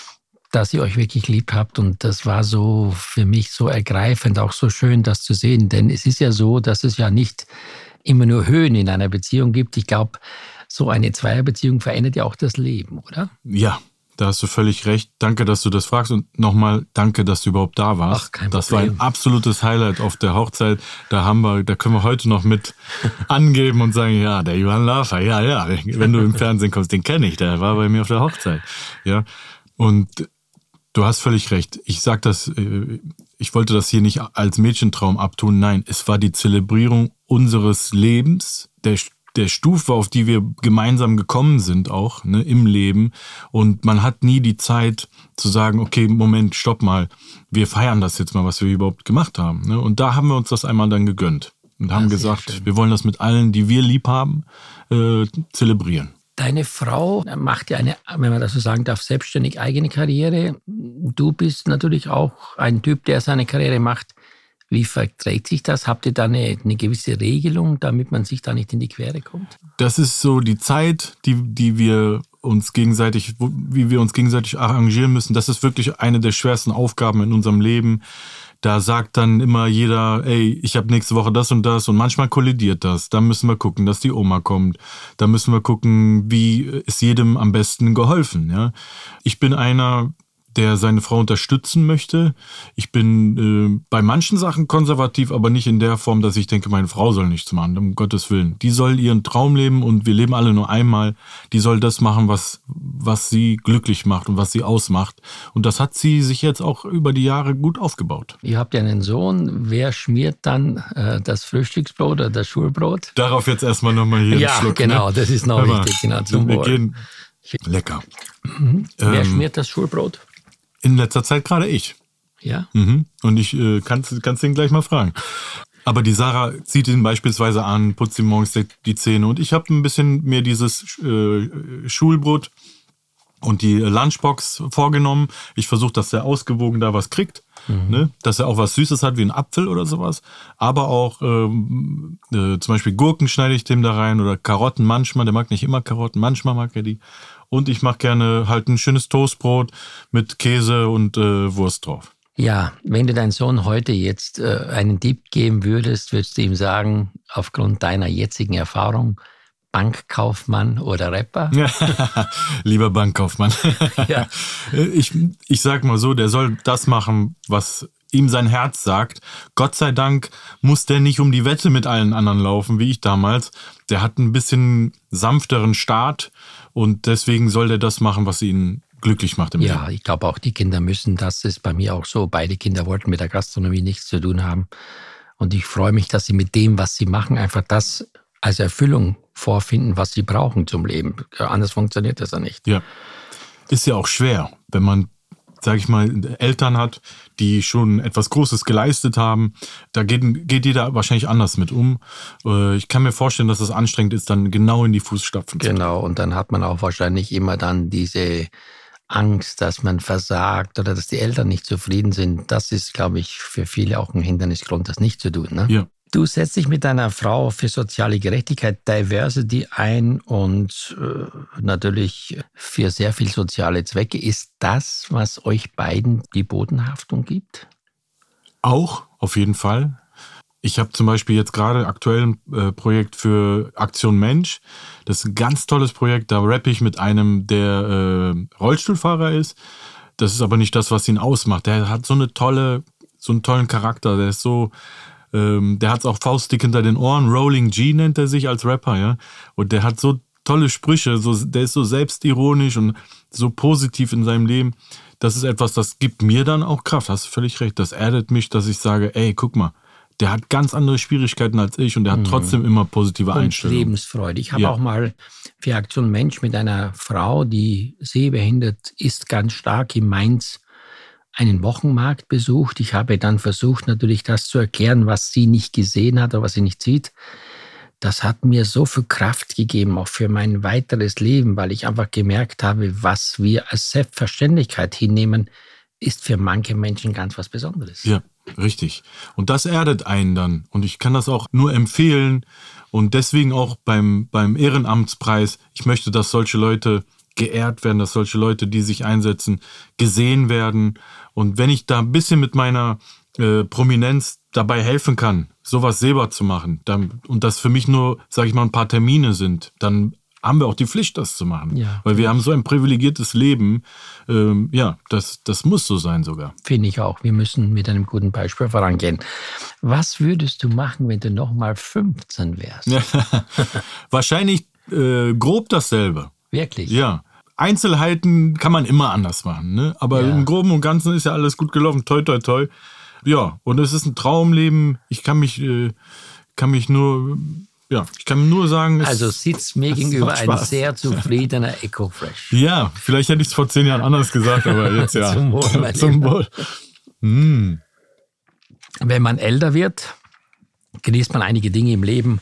dass ihr euch wirklich lieb habt. Und das war so für mich so ergreifend, auch so schön, das zu sehen. Denn es ist ja so, dass es ja nicht immer nur Höhen in einer Beziehung gibt. Ich glaube, so eine Zweierbeziehung verändert ja auch das Leben, oder? Ja. Da hast du völlig recht. Danke, dass du das fragst und nochmal danke, dass du überhaupt da warst. Ach, kein das Problem. war ein absolutes Highlight auf der Hochzeit. Da haben wir, da können wir heute noch mit angeben und sagen, ja, der Johann Lafer, ja, ja, wenn du im Fernsehen kommst, den kenne ich, der war bei mir auf der Hochzeit. Ja, und du hast völlig recht. Ich sag das, ich wollte das hier nicht als Mädchentraum abtun. Nein, es war die Zelebrierung unseres Lebens, der der Stufe, auf die wir gemeinsam gekommen sind auch, ne, im Leben. Und man hat nie die Zeit zu sagen, okay, Moment, stopp mal, wir feiern das jetzt mal, was wir überhaupt gemacht haben. Ne? Und da haben wir uns das einmal dann gegönnt und haben gesagt, schön. Wir wollen das mit allen, die wir lieb haben, äh, zelebrieren. Deine Frau macht ja eine, wenn man das so sagen darf, selbstständig eigene Karriere. Du bist natürlich auch ein Typ, der seine Karriere macht. Wie verträgt sich das? Habt ihr da eine, eine gewisse Regelung, damit man sich da nicht in die Quere kommt? Das ist so die Zeit, die, die wir uns gegenseitig, wie wir uns gegenseitig arrangieren müssen. Das ist wirklich eine der schwersten Aufgaben in unserem Leben. Da sagt dann immer jeder, ey, ich habe nächste Woche das und das und manchmal kollidiert das. Da müssen wir gucken, dass die Oma kommt. Da müssen wir gucken, wie ist jedem am besten geholfen. Ja? Ich bin einer, der seine Frau unterstützen möchte. Ich bin äh, bei manchen Sachen konservativ, aber nicht in der Form, dass ich denke, meine Frau soll nichts machen, um Gottes Willen. Die soll ihren Traum leben und wir leben alle nur einmal. Die soll das machen, was, was sie glücklich macht und was sie ausmacht. Und das hat sie sich jetzt auch über die Jahre gut aufgebaut. Ihr habt ja einen Sohn. Wer schmiert dann äh, das Frühstücksbrot oder das Schulbrot? Darauf jetzt erstmal nochmal hier ja, einen Schluck. Genau, ne? das ist noch Aber wichtig. Genau, zum wir Wohl. gehen lecker. Mhm. Wer Ähm, schmiert das Schulbrot? In letzter Zeit gerade ich. Ja. Mhm. Und ich äh, kannst, kannst ihn gleich mal fragen. Aber die Sarah zieht ihn beispielsweise an, putzt ihm morgens die Zähne. Und ich habe ein bisschen mir dieses äh, Schulbrot und die Lunchbox vorgenommen. Ich versuche, dass er ausgewogen da was kriegt. Mhm. Ne? Dass er auch was Süßes hat, wie ein Apfel oder sowas. Aber auch ähm, äh, zum Beispiel Gurken schneide ich dem da rein oder Karotten manchmal. Der mag nicht immer Karotten, manchmal mag er die. Und ich mache gerne halt ein schönes Toastbrot mit Käse und äh, Wurst drauf. Ja, wenn du deinen Sohn heute jetzt äh, einen Tipp geben würdest, würdest du ihm sagen, aufgrund deiner jetzigen Erfahrung, Bankkaufmann oder Rapper? Ja, lieber Bankkaufmann. Ja. Ich, ich sag mal so, der soll das machen, was ihm sein Herz sagt. Gott sei Dank muss der nicht um die Wette mit allen anderen laufen, wie ich damals. Der hat ein bisschen sanfteren Start und deswegen soll der das machen, was ihn glücklich macht im Leben. Ja, ich glaube auch, die Kinder müssen, das ist bei mir auch so. Beide Kinder wollten mit der Gastronomie nichts zu tun haben. Und ich freue mich, dass sie mit dem, was sie machen, einfach das als Erfüllung vorfinden, was sie brauchen zum Leben. Anders funktioniert das ja nicht. Ja, ist ja auch schwer, wenn man, sage ich mal, Eltern hat, die schon etwas Großes geleistet haben. Da geht, geht jeder wahrscheinlich anders mit um. Ich kann mir vorstellen, dass es anstrengend ist, dann genau in die Fußstapfen zu treten. Genau, und dann hat man auch wahrscheinlich immer dann diese Angst, dass man versagt oder dass die Eltern nicht zufrieden sind. Das ist, glaube ich, für viele auch ein Hindernisgrund, das nicht zu tun. Ne? Ja. Du setzt dich mit deiner Frau für soziale Gerechtigkeit, Diversity ein und äh, natürlich für sehr viel soziale Zwecke. Ist das, was euch beiden die Bodenhaftung gibt? Auch, auf jeden Fall. Ich habe zum Beispiel jetzt gerade aktuell ein äh, Projekt für Aktion Mensch. Das ist ein ganz tolles Projekt. Da rappe ich mit einem, der äh, Rollstuhlfahrer ist. Das ist aber nicht das, was ihn ausmacht. Der hat so eine tolle, so einen tollen Charakter. Der ist so... Der hat auch faustdick hinter den Ohren. Rolling G nennt er sich als Rapper, ja. Und der hat so tolle Sprüche, so, der ist so selbstironisch und so positiv in seinem Leben. Das ist etwas, das gibt mir dann auch Kraft. Hast du völlig recht. Das erdet mich, dass ich sage, ey, guck mal, der hat ganz andere Schwierigkeiten als ich und der hat trotzdem immer positive und Einstellungen. Lebensfreude. Ich habe Ja. auch mal für Aktion Mensch mit einer Frau, die sehbehindert ist, ganz stark in Mainz einen Wochenmarkt besucht. Ich habe dann versucht, natürlich das zu erklären, was sie nicht gesehen hat oder was sie nicht sieht. Das hat mir so viel Kraft gegeben, auch für mein weiteres Leben, weil ich einfach gemerkt habe, was wir als Selbstverständlichkeit hinnehmen, ist für manche Menschen ganz was Besonderes. Ja, richtig. Und das erdet einen dann. Und ich kann das auch nur empfehlen. Und deswegen auch beim, beim Ehrenamtspreis, ich möchte, dass solche Leute geehrt werden, dass solche Leute, die sich einsetzen, gesehen werden. Und wenn ich da ein bisschen mit meiner äh, Prominenz dabei helfen kann, sowas selber zu machen, dann, und das für mich nur, sage ich mal, ein paar Termine sind, dann haben wir auch die Pflicht, das zu machen. Ja, weil wir haben so ein privilegiertes Leben. Ähm, ja, das, das muss so sein sogar. Finde ich auch. Wir müssen mit einem guten Beispiel vorangehen. Was würdest du machen, wenn du nochmal fünfzehn wärst? Wahrscheinlich äh, grob dasselbe. Wirklich? Ja. Einzelheiten kann man immer anders machen, ne? Aber ja. Im Groben und Ganzen ist ja alles gut gelaufen. Toi, toi, toi. Ja, und es ist ein Traumleben. Ich kann mich, äh, kann mich nur... Ja, ich kann nur sagen... Es, also sitzt mir gegenüber ein sehr zufriedener Ecofresh. Ja, vielleicht hätte ich es vor zehn Jahren anders gesagt, aber jetzt ja. Zum Wohl, mein Zum Wohl. Mm. Wenn man älter wird, genießt man einige Dinge im Leben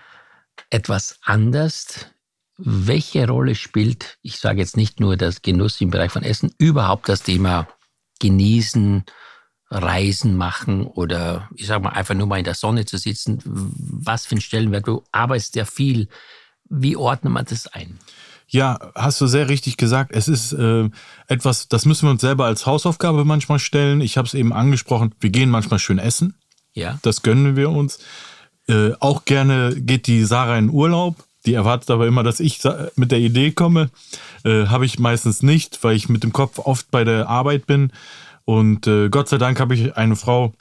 etwas anders. Welche Rolle spielt, ich sage jetzt nicht nur das Genuss im Bereich von Essen, überhaupt das Thema Genießen, Reisen machen oder ich sage mal einfach nur mal in der Sonne zu sitzen? Was für ein Stellenwert? Du arbeitest ja viel. Wie ordnet man das ein? Ja, hast du sehr richtig gesagt. Es ist äh, etwas, das müssen wir uns selber als Hausaufgabe manchmal stellen. Ich habe es eben angesprochen, wir gehen manchmal schön essen. Ja. Das gönnen wir uns. Äh, auch gerne geht die Sarah in Urlaub. Die erwartet aber immer, dass ich mit der Idee komme. Äh, habe ich meistens nicht, weil ich mit dem Kopf oft bei der Arbeit bin. Und äh, Gott sei Dank habe ich eine Frau,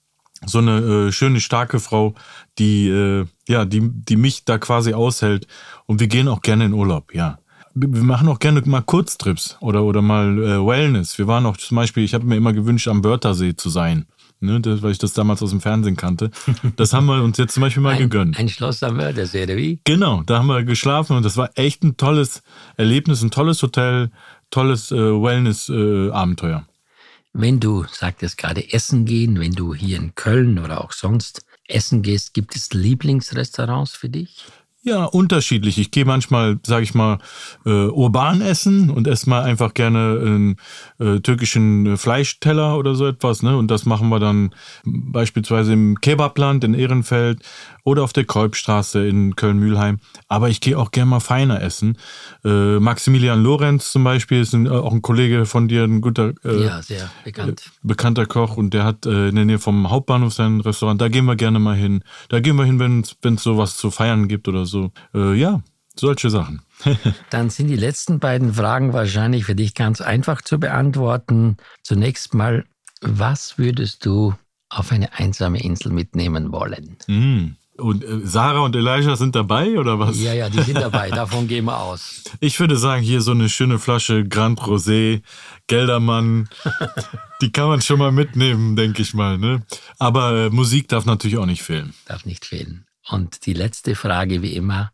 so eine äh, schöne, starke Frau, die, äh, ja, die, die mich da quasi aushält. Und wir gehen auch gerne in Urlaub, ja. Wir machen auch gerne mal Kurztrips oder, oder mal äh, Wellness. Wir waren auch zum Beispiel, ich habe mir immer gewünscht, am Wörthersee zu sein. Ne, das, weil ich das damals aus dem Fernsehen kannte. Das haben wir uns jetzt zum Beispiel mal ein, gegönnt. Ein Schloss am Wörthersee, oder wie? Genau, da haben wir geschlafen und das war echt ein tolles Erlebnis, ein tolles Hotel, tolles äh, Wellness-Abenteuer. Äh, wenn du, sagtest gerade, essen gehen, wenn du hier in Köln oder auch sonst essen gehst, gibt es Lieblingsrestaurants für dich? Ja, unterschiedlich. Ich gehe manchmal, sage ich mal, äh, urban essen und esse mal einfach gerne einen äh, türkischen Fleischteller oder so etwas. Ne? Und das machen wir dann beispielsweise im Kebabland in Ehrenfeld oder auf der Kolbstraße in Köln-Mühlheim. Aber ich gehe auch gerne mal feiner essen. Äh, Maximilian Lorenz zum Beispiel ist ein, auch ein Kollege von dir, ein guter, äh, ja, sehr bekannt. Äh, bekannter Koch. Und der hat äh, in der Nähe vom Hauptbahnhof sein Restaurant. Da gehen wir gerne mal hin. Da gehen wir hin, wenn es sowas zu feiern gibt oder so. Äh, ja, solche Sachen. Dann sind die letzten beiden Fragen wahrscheinlich für dich ganz einfach zu beantworten. Zunächst mal, was würdest du auf eine einsame Insel mitnehmen wollen? Mm. Und äh, Sarah und Elijah sind dabei, oder was? Ja, ja, die sind dabei. Davon gehen wir aus. Ich würde sagen, hier so eine schöne Flasche Grand Rosé, Geldermann, die kann man schon mal mitnehmen, denke ich mal. Ne? Aber äh, Musik darf natürlich auch nicht fehlen. Darf nicht fehlen. Und die letzte Frage wie immer,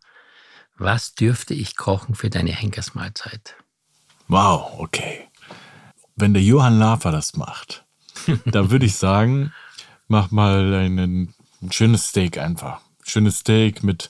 was dürfte ich kochen für deine Henkersmahlzeit? Wow, okay. Wenn der Johann Lafer das macht, dann würde ich sagen, mach mal einen, ein schönes Steak einfach. Schönes Steak mit,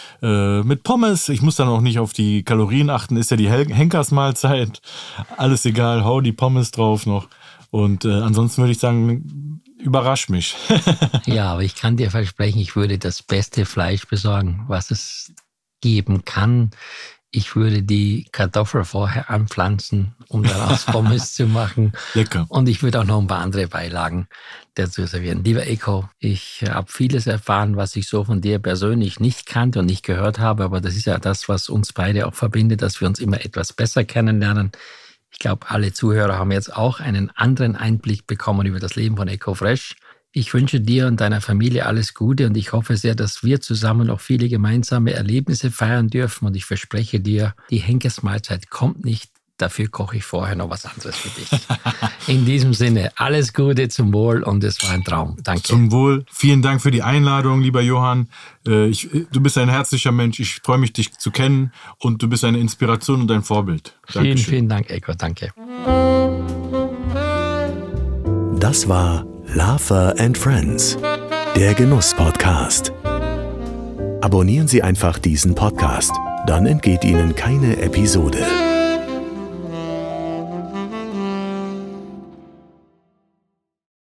äh, mit Pommes. Ich muss dann auch nicht auf die Kalorien achten, ist ja die Henkersmahlzeit. Alles egal, hau die Pommes drauf noch. Und äh, ansonsten würde ich sagen, überrasch mich. Ja, aber ich kann dir versprechen, ich würde das beste Fleisch besorgen, was es geben kann. Ich würde die Kartoffel vorher anpflanzen, um daraus Pommes zu machen. Lecker. Und ich würde auch noch ein paar andere Beilagen dazu servieren. Lieber Eco, ich habe vieles erfahren, was ich so von dir persönlich nicht kannte und nicht gehört habe. Aber das ist ja das, was uns beide auch verbindet, dass wir uns immer etwas besser kennenlernen. Ich glaube, alle Zuhörer haben jetzt auch einen anderen Einblick bekommen über das Leben von Ecofresh. Ich wünsche dir und deiner Familie alles Gute und ich hoffe sehr, dass wir zusammen noch viele gemeinsame Erlebnisse feiern dürfen. Und ich verspreche dir, die Henkersmahlzeit kommt nicht. Dafür koche ich vorher noch was anderes für dich. In diesem Sinne, alles Gute, zum Wohl und es war ein Traum. Danke. Zum Wohl. Vielen Dank für die Einladung, lieber Johann. Ich, du bist ein herzlicher Mensch. Ich freue mich, dich zu kennen und du bist eine Inspiration und ein Vorbild. Dankeschön. Vielen, vielen Dank, Eco. Danke. Das war Lafer and Friends, der Genuss-Podcast. Abonnieren Sie einfach diesen Podcast, dann entgeht Ihnen keine Episode.